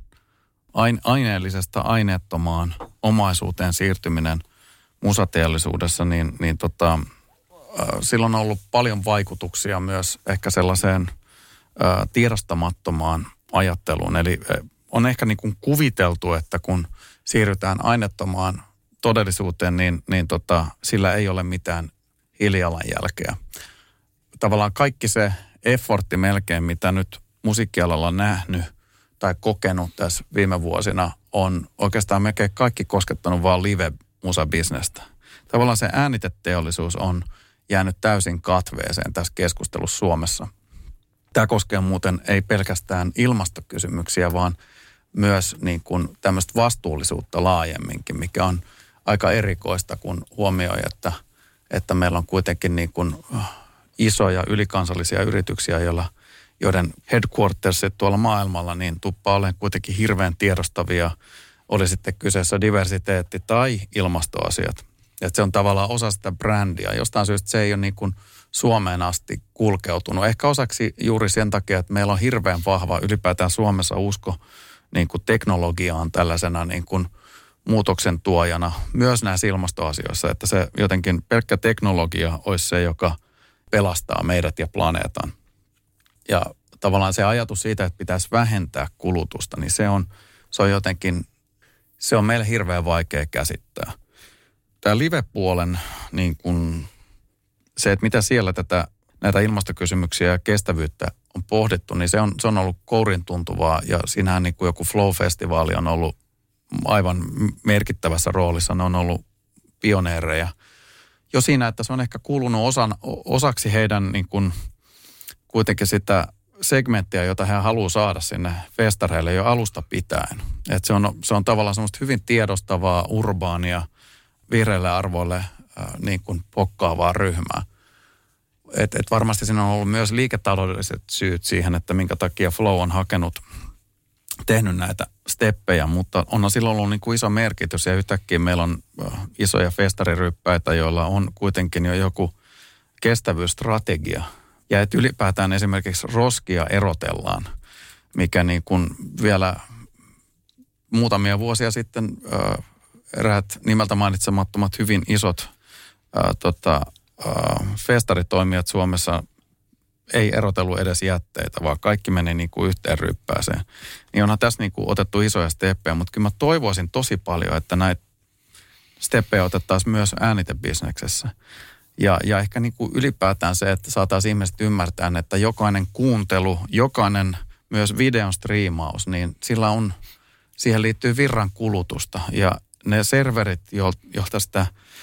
S4: aineellisesta aineettomaan omaisuuteen siirtyminen musateollisuudessa, niin, niin tota, silloin on ollut paljon vaikutuksia myös ehkä sellaiseen ä, tiedostamattomaan ajatteluun. Eli on ehkä niin kuin kuviteltu, että kun siirrytään aineettomaan todellisuuteen, niin, niin tota, sillä ei ole mitään hiilijalanjälkeä. Tavallaan kaikki se effortti melkein, mitä nyt musiikkialalla on nähnyt tai kokenut tässä viime vuosina, on oikeastaan melkein kaikki koskettanut vaan live-musabisnestä. Tavallaan se ääniteteollisuus on jäänyt täysin katveeseen tässä keskustelussa Suomessa. Tämä koskee muuten ei pelkästään ilmastokysymyksiä, vaan myös niin kuin tämmöistä vastuullisuutta laajemminkin, mikä on aika erikoista, kun huomioi, että, että meillä on kuitenkin niin kuin isoja ylikansallisia yrityksiä, joilla, joiden headquartersit tuolla maailmalla niin tuppaa olemaan kuitenkin hirveän tiedostavia, oli sitten kyseessä diversiteetti tai ilmastoasiat. Että se on tavallaan osa sitä brändiä. Jostain syystä se ei ole niin kuin Suomeen asti kulkeutunut. Ehkä osaksi juuri sen takia, että meillä on hirveän vahva ylipäätään Suomessa usko niin kuin teknologiaan tällaisena niin kuin muutoksen tuojana myös näissä ilmastoasioissa. Että se jotenkin pelkkä teknologia olisi se, joka pelastaa meidät ja planeetan. Ja tavallaan se ajatus siitä, että pitäisi vähentää kulutusta, niin se on, se on jotenkin, se on meille hirveän vaikea käsittää. Tämä live-puolen, niin kun se, että mitä siellä tätä, näitä ilmastokysymyksiä ja kestävyyttä on pohdittu, niin se on, se on ollut kourin tuntuvaa. Ja siinähän niin kuin joku Flow-festivaali on ollut aivan merkittävässä roolissa. Ne on ollut pioneereja. Jo siinä, että se on ehkä kuulunut osan, osaksi heidän niin kuin kuitenkin sitä segmenttiä, jota he haluaa saada sinne festareille jo alusta pitäen. Et se, on, se on tavallaan semmoista hyvin tiedostavaa, urbaania, vihreille arvoille äh, niin kuin pokkaavaa ryhmää. Et, et varmasti siinä on ollut myös liiketaloudelliset syyt siihen, että minkä takia Flow on hakenut, tehnyt näitä steppejä, mutta onhan silloin ollut niin kuin iso merkitys ja yhtäkkiä meillä on isoja festariryppäitä, joilla on kuitenkin jo joku kestävyysstrategia. Ja että ylipäätään esimerkiksi roskia erotellaan, mikä niin kuin vielä muutamia vuosia sitten äh, eräät nimeltä mainitsemattomat hyvin isot äh, tota, äh, festaritoimijat Suomessa ei erotellut edes jätteitä, vaan kaikki meni niin kuin yhteen ryppääseen. Niin onhan tässä niin kuin otettu isoja steppejä, mutta kyllä mä toivoisin tosi paljon, että näitä steppejä otettaisiin myös äänitebisneksessä. Ja, ja ehkä niin kuin ylipäätään se, että saataisiin ihmiset ymmärtää, että jokainen kuuntelu, jokainen myös videon striimaus, niin sillä on, siihen liittyy virran kulutusta. Ja ne serverit, joilta sitä,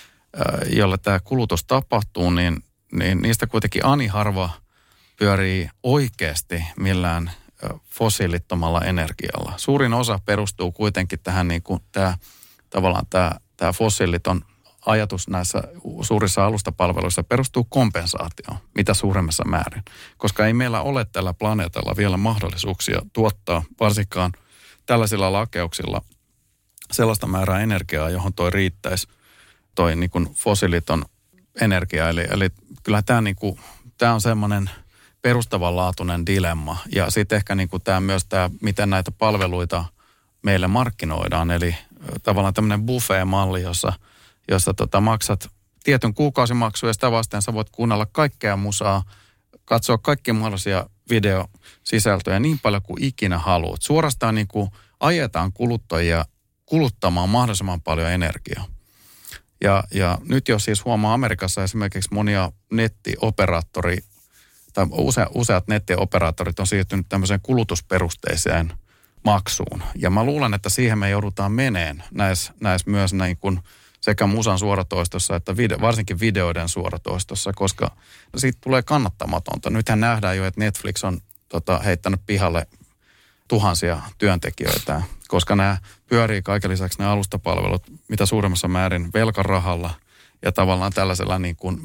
S4: jolle tämä kulutus tapahtuu, niin, niin niistä kuitenkin ani harva pyörii oikeasti millään fossiilittomalla energialla. Suurin osa perustuu kuitenkin tähän niin kuin tämä, tavallaan tämä, tämä fossiiliton ajatus näissä suurissa alustapalveluissa perustuu kompensaatioon, mitä suuremmassa määrin. Koska ei meillä ole tällä planeetalla vielä mahdollisuuksia tuottaa, varsinkaan tällaisilla lakeuksilla, sellaista määrää energiaa, johon toi riittäisi toi niin kuin fossiiliton energia. Eli, eli kyllä tämä, niin kuin, tämä on semmoinen perustavanlaatuinen dilemma. Ja sitten ehkä niin kuin tämä myös tämä, miten näitä palveluita meille markkinoidaan. Eli tavallaan tämmöinen buffet-malli, jossa jossa tota, maksat tietyn kuukausimaksun ja sitä vasten sä voit kuunnella kaikkea musaa, katsoa kaikkia mahdollisia videosisältöjä niin paljon kuin ikinä haluat. Suorastaan niin kuin ajetaan kuluttajia kuluttamaan mahdollisimman paljon energiaa. Ja, ja nyt jos siis huomaa Amerikassa esimerkiksi monia nettioperaattori, tai use, useat nettioperaattorit on siirtynyt tämmöiseen kulutusperusteiseen maksuun. Ja mä luulen, että siihen me joudutaan meneen näissä näis myös niin kuin sekä musan suoratoistossa että video, varsinkin videoiden suoratoistossa, koska siitä tulee kannattamatonta. Nythän nähdään jo, että Netflix on tota, heittänyt pihalle tuhansia työntekijöitä, koska nämä pyörii kaiken lisäksi nämä alustapalvelut mitä suuremmassa määrin velkarahalla ja tavallaan tällaisella niin kuin,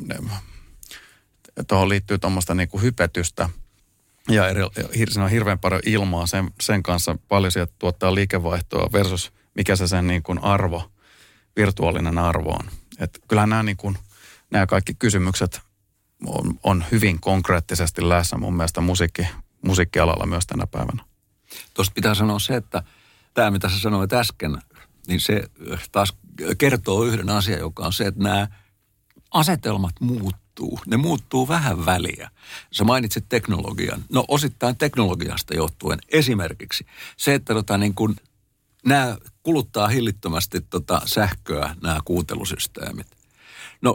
S4: tuohon liittyy tuommoista niin kuin hypetystä ja eri, siinä on hirveän paljon ilmaa sen, sen kanssa, paljon sieltä tuottaa liikevaihtoa versus mikä se sen niin kuin arvo, virtuaalinen arvo on. Että kyllähän nämä, niin kuin, nämä kaikki kysymykset on, on hyvin konkreettisesti läsnä mun mielestä musiikki, musiikkialalla myös tänä päivänä.
S3: Tuosta pitää sanoa se, että tämä mitä sä sanoit äsken, niin se taas kertoo yhden asian, joka on se, että nämä asetelmat muuttuu. Ne muuttuu vähän väliä. Sä mainitsit teknologian. No osittain teknologiasta johtuen. Esimerkiksi se, että tota, niin kun, nämä kuluttaa hillittömästi tota sähköä, nämä kuuntelusysteemit. No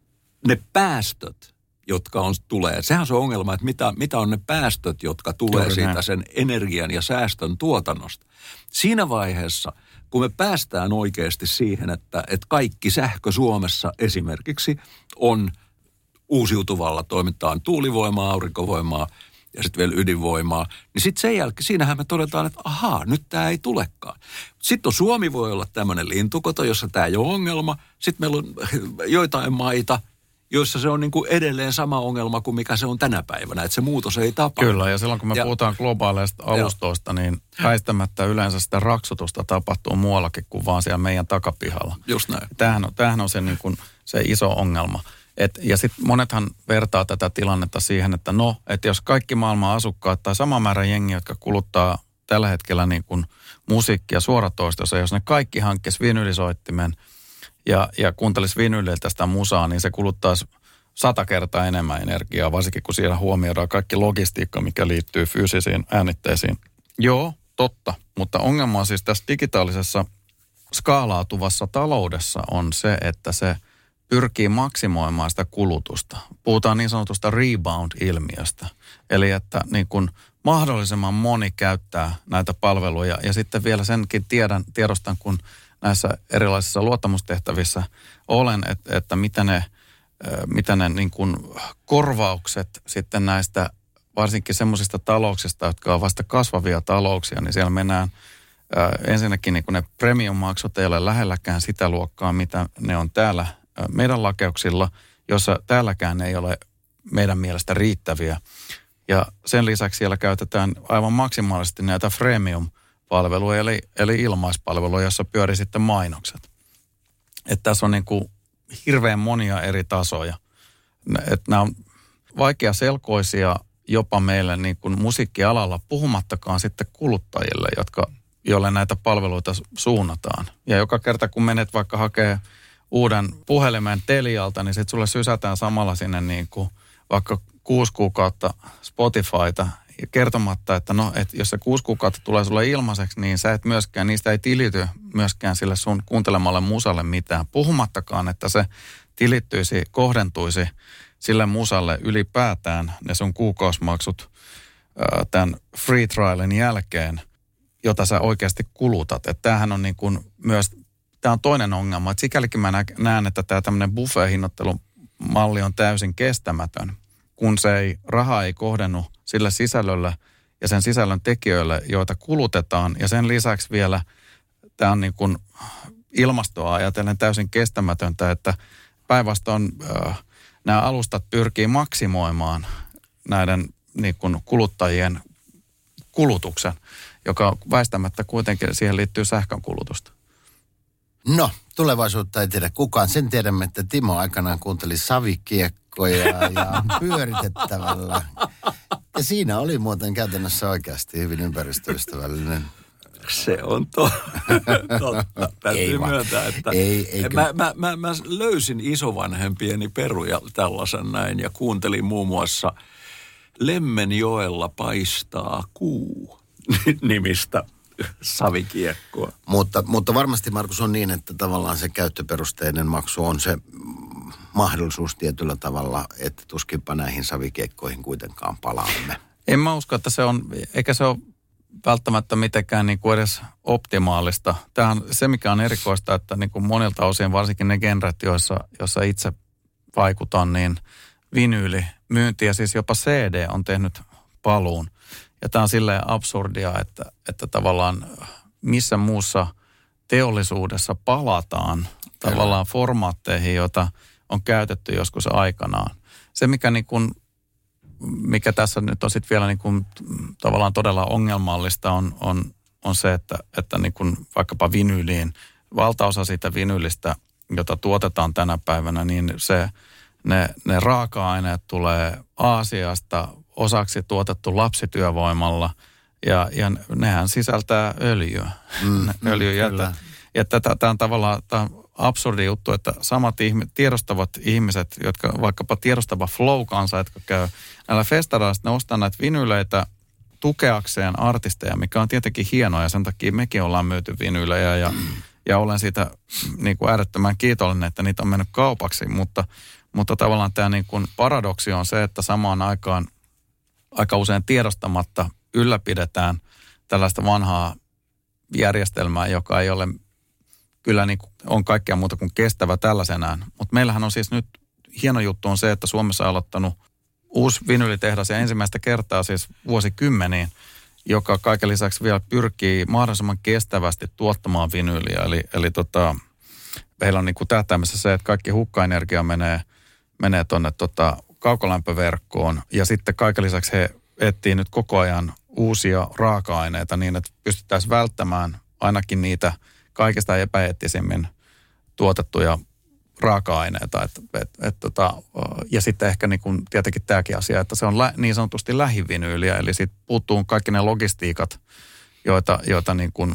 S3: ne päästöt, jotka on, tulee, sehän on se ongelma, että mitä, mitä on ne päästöt, jotka tulee Juuri siitä näin. Sen energian ja säästön tuotannosta. Siinä vaiheessa, kun me päästään oikeasti siihen, että, että kaikki sähkö Suomessa esimerkiksi on uusiutuvalla, toimitaan tuulivoimaa, aurinkovoimaa ja sitten vielä ydinvoimaa, niin sitten sen jälkeen, siinähän me todetaan, että ahaa, nyt tämä ei tulekaan. Sitten on Suomi voi olla tämmöinen lintukoto, jossa tämä ei ole ongelma. Sitten meillä on joitain maita, joissa se on niin kuin edelleen sama ongelma kuin mikä se on tänä päivänä, että se muutos ei tapahdu.
S2: Kyllä, ja silloin kun me ja, puhutaan globaaleista alustoista, niin väistämättä yleensä sitä raksutusta tapahtuu muuallakin kuin vaan siellä meidän takapihalla.
S3: Just näin.
S2: Tämähän on, tämähän on se, niin kuin, se iso ongelma. Et, ja sitten monethan vertaa tätä tilannetta siihen, että no, että jos kaikki maailman asukkaat tai sama määrä jengiä, jotka kuluttaa tällä hetkellä niin kuin musiikkia suoratoistossa, jos ne kaikki hankkisi vinylisoittimen ja, ja kuuntelisi vinyliltä sitä musaa, niin se kuluttaisi sata kertaa enemmän energiaa, varsinkin kun siellä huomioidaan kaikki logistiikka, mikä liittyy fyysisiin äänitteisiin. Joo, totta, mutta ongelma on siis tässä digitaalisessa skaalautuvassa taloudessa on se, että se pyrkii maksimoimaan sitä kulutusta. Puhutaan niin sanotusta rebound-ilmiöstä. Eli että niin kun mahdollisimman moni käyttää näitä palveluja ja sitten vielä senkin tiedän, tiedostan, kun näissä erilaisissa luottamustehtävissä olen, että, että mitä ne, mitä ne niin kun korvaukset sitten näistä
S4: varsinkin semmoisista talouksista, jotka on vasta kasvavia talouksia, niin siellä mennään ää, ensinnäkin niin kun ne premium-maksut ei ole lähelläkään sitä luokkaa, mitä ne on täällä ää, meidän lakeuksilla, jossa täälläkään ei ole meidän mielestä riittäviä. Ja sen lisäksi siellä käytetään aivan maksimaalisesti näitä freemium-palveluja, eli, eli ilmaispalveluja, jossa pyörii sitten mainokset. Että tässä on niin kuin hirveän monia eri tasoja. Että nämä on vaikeaselkoisia jopa meille niin kuin musiikkialalla, puhumattakaan sitten kuluttajille, jotka, joille näitä palveluita suunnataan. Ja joka kerta, kun menet vaikka hakee uuden puhelimen Telialta, niin sitten sulle sysätään samalla sinne niin kuin vaikka kuusi kuukautta Spotifyta ja kertomatta, että no, että jos se kuusi kuukautta tulee sulle ilmaiseksi, niin sä et myöskään, niistä ei tility myöskään sille sun kuuntelemalle musalle mitään. Puhumattakaan, että se tilittyisi, kohdentuisi sille musalle ylipäätään ne sun kuukausimaksut ää, tämän free trialin jälkeen, jota sä oikeasti kulutat. Että tämähän on niin kuin myös, tämä on toinen ongelma, että sikälikin mä näen, että tämä tämmöinen buffet-hinnoittelumalli on täysin kestämätön, kun se ei, raha ei kohdennu sille sisällölle ja sen sisällön tekijöille, joita kulutetaan. Ja sen lisäksi vielä tämä on niin kuin ilmastoa ajatellen täysin kestämätöntä, että päinvastoin äh, nämä alustat pyrkii maksimoimaan näiden niin kuin kuluttajien kulutuksen, joka väistämättä kuitenkin siihen liittyy sähkön kulutusta.
S2: No, tulevaisuutta ei tiedä kukaan. Sen tiedämme, että Timo aikanaan kuunteli savikiekkoja ja pyöritettävällä. Ja siinä oli muuten käytännössä oikeasti hyvin ympäristöystävällinen.
S3: Se on to- totta. Täytyy myöntää, että
S2: ei, ei
S3: mä, mä, mä, mä löysin isovanhempieni peruja tällaisen näin ja kuuntelin muun muassa Lemmenjoella paistaa kuu nimistä savikiekkoa.
S2: Mutta, mutta varmasti, Markus, on niin, että tavallaan se käyttöperusteinen maksu on se mahdollisuus tietyllä tavalla, että tuskinpa näihin savikiekkoihin kuitenkaan palaamme.
S4: En mä usko, että se on, eikä se ole välttämättä mitenkään niin kuin edes optimaalista. Tämä on se, mikä on erikoista, että niin kuin monilta osin, varsinkin ne genret, joissa, joissa itse vaikutan, niin vinyyli, myynti ja siis jopa C D on tehnyt paluun. Ja tämä on silleen absurdia, että, että tavallaan missä muussa teollisuudessa palataan tavallaan formaatteihin, joita on käytetty joskus aikanaan. Se, mikä, niin kuin, mikä tässä nyt on sitten vielä niin kuin, tavallaan todella ongelmallista, on, on, on se, että, että niin kuin vaikkapa vinyyliin, valtaosa siitä vinyylistä, jota tuotetaan tänä päivänä, niin se, ne, ne raaka-aineet tulee Aasiasta, osaksi tuotettu lapsityövoimalla ja, ja nehän sisältää öljyä, mm, öljyjätä. Ja tämä on tavallaan tämä absurdi juttu, että samat ihmi, tiedostavat ihmiset, jotka vaikkapa tiedostava flow-kansa, jotka käy näillä festareilla, ne ostaa näitä vinyleitä tukeakseen artisteja, mikä on tietenkin hienoa ja sen takia mekin ollaan myyty vinyylejä ja, ja olen siitä niin kuin äärettömän kiitollinen, että niitä on mennyt kaupaksi, mutta, mutta tavallaan tämä niin kuin paradoksi on se, että samaan aikaan aika usein tiedostamatta ylläpidetään tällaista vanhaa järjestelmää, joka ei ole kyllä niin kuin, on kaikkea muuta kuin kestävä tällaisenään. Mutta meillähän on siis nyt, hieno juttu on se, että Suomessa on aloittanut uusi vinylitehdas ja ensimmäistä kertaa siis vuosikymmeniin, joka kaiken lisäksi vielä pyrkii mahdollisimman kestävästi tuottamaan vinyyliä. Eli, eli tota, meillä on niin kuin tähtäimessä se, että kaikki hukkaenergia menee, menee tuonne tota, kaukolämpöverkkoon ja sitten kaiken lisäksi he etsii nyt koko ajan uusia raaka-aineita niin, että pystyttäisiin välttämään ainakin niitä kaikista epäeettisimmin tuotettuja raaka-aineita. Et, et, et, tota, ja sitten ehkä niin kuin tietenkin tämäkin asia, että se on lä, niin sanotusti lähivinyyliä, eli sitten puuttuu kaikki ne logistiikat, joita, joita niin kuin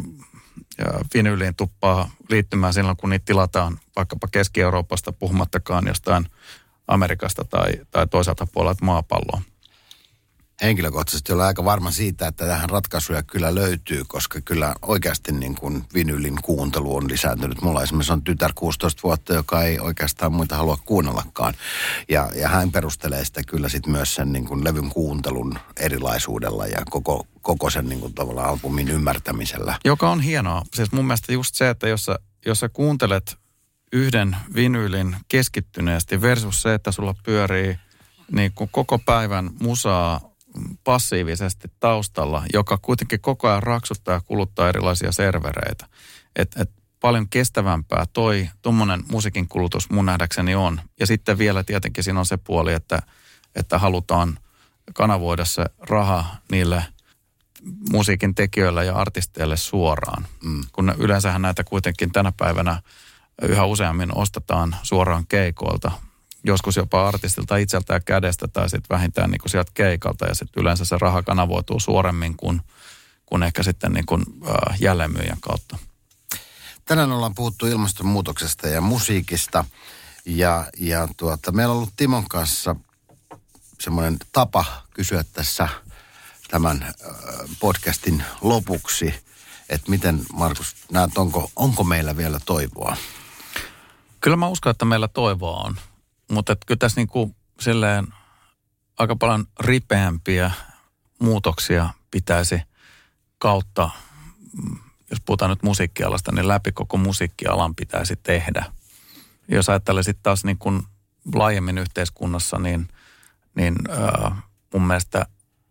S4: vinyyliin tuppaa liittymään silloin, kun niitä tilataan vaikkapa Keski-Euroopasta puhumattakaan jostain Amerikasta tai, tai toisaalta puolelta maapalloa.
S2: Henkilökohtaisesti olen aika varma siitä, että tähän ratkaisuja kyllä löytyy, koska kyllä oikeasti niin kuin vinylin kuuntelu on lisääntynyt. Mulla esimerkiksi on tytär kuusitoista vuotta, joka ei oikeastaan muita halua kuunnellakaan. Ja, ja hän perustelee sitä kyllä sitten myös sen niin kuin levyn kuuntelun erilaisuudella ja koko, koko sen niin kuin tavallaan albumin ymmärtämisellä.
S4: Joka on hienoa. Siis mun mielestä just se, että jos sä, jos sä kuuntelet yhden vinylin keskittyneesti versus se, että sulla pyörii niin kuin koko päivän musaa passiivisesti taustalla, joka kuitenkin koko ajan raksuttaa ja kuluttaa erilaisia servereitä. Et, et paljon kestävämpää toi tuommoinen musiikin kulutus mun nähdäkseni on. Ja sitten vielä tietenkin siinä on se puoli, että, että halutaan kanavoida se raha niille musiikin tekijöille ja artisteille suoraan. Mm. Kun yleensähän näitä kuitenkin tänä päivänä yhä useammin ostetaan suoraan keikoilta. Joskus jopa artistilta itseltään kädestä tai sitten vähintään niin kuin sieltä keikalta. Ja sitten yleensä se raha kanavoituu suoremmin kuin, kuin ehkä sitten niin kuin, äh, jälleenmyyjän kautta.
S2: Tänään ollaan puhuttu ilmastonmuutoksesta ja musiikista. Ja, ja tuota, meillä on ollut Timon kanssa semmoinen tapa kysyä tässä tämän äh, podcastin lopuksi, että miten, Markus, näet, onko, onko meillä vielä toivoa?
S4: Kyllä mä uskon, että meillä toivoa on. Mutta kyllä tässä niinku silleen aika paljon ripeämpiä muutoksia pitäisi kautta, jos puhutaan nyt musiikkialasta, niin läpi koko musiikkialan pitäisi tehdä. Jos ajattelee sitten taas niin kuin laajemmin yhteiskunnassa, niin, niin äh, mun mielestä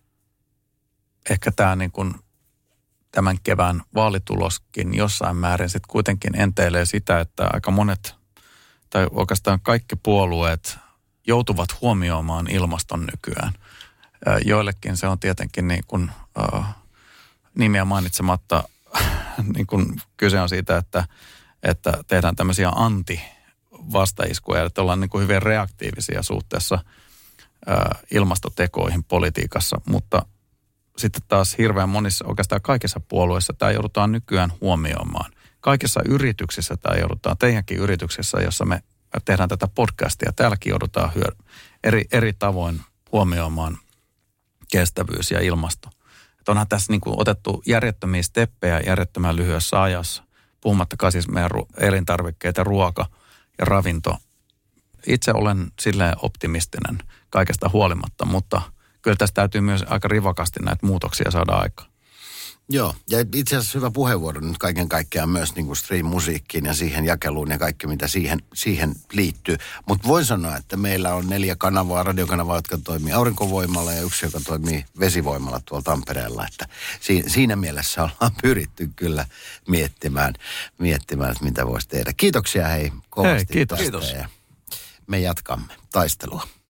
S4: ehkä tämä niin kuin tämän kevään vaalituloskin jossain määrin sitten kuitenkin enteilee sitä, että aika monet tai oikeastaan kaikki puolueet joutuvat huomioimaan ilmaston nykyään. Joillekin se on tietenkin niin kuin, äh, nimiä mainitsematta, niin kuin kyse on siitä, että, että tehdään tämmöisiä anti-vastaiskuja, että ollaan niin kuin hyvin reaktiivisia suhteessa äh, ilmastotekoihin politiikassa, mutta sitten taas hirveän monissa, oikeastaan kaikissa puolueissa tämä joudutaan nykyään huomioimaan. Kaikissa yrityksissä tämä joudutaan, teidänkin yrityksissä, jossa me tehdään tätä podcastia, täälläkin joudutaan hyö- eri, eri tavoin huomioimaan kestävyys ja ilmasto. Että onhan tässä niin kuin otettu järjettömiä steppejä järjettömän lyhyessä ajassa, puhumattakaan siis meidän elintarvikkeita, ruoka ja ravinto. Itse olen silleen optimistinen kaikesta huolimatta, mutta kyllä tässä täytyy myös aika rivakasti näitä muutoksia saada aikaan.
S2: Joo, ja itse asiassa hyvä puheenvuoro nyt kaiken kaikkiaan myös niin kuin stream-musiikkiin ja siihen jakeluun ja kaikki, mitä siihen, siihen liittyy. Mutta voin sanoa, että meillä on neljä kanavaa, radiokanavaa, jotka toimii aurinkovoimalla ja yksi, joka toimii vesivoimalla tuolla Tampereella. Että si, siinä mielessä ollaan pyritty kyllä miettimään, miettimään että mitä voisi tehdä. Kiitoksia hei kovasti
S4: hei, kiitos.
S2: tästä.
S3: Kiitos.
S2: Ja me jatkamme taistelua.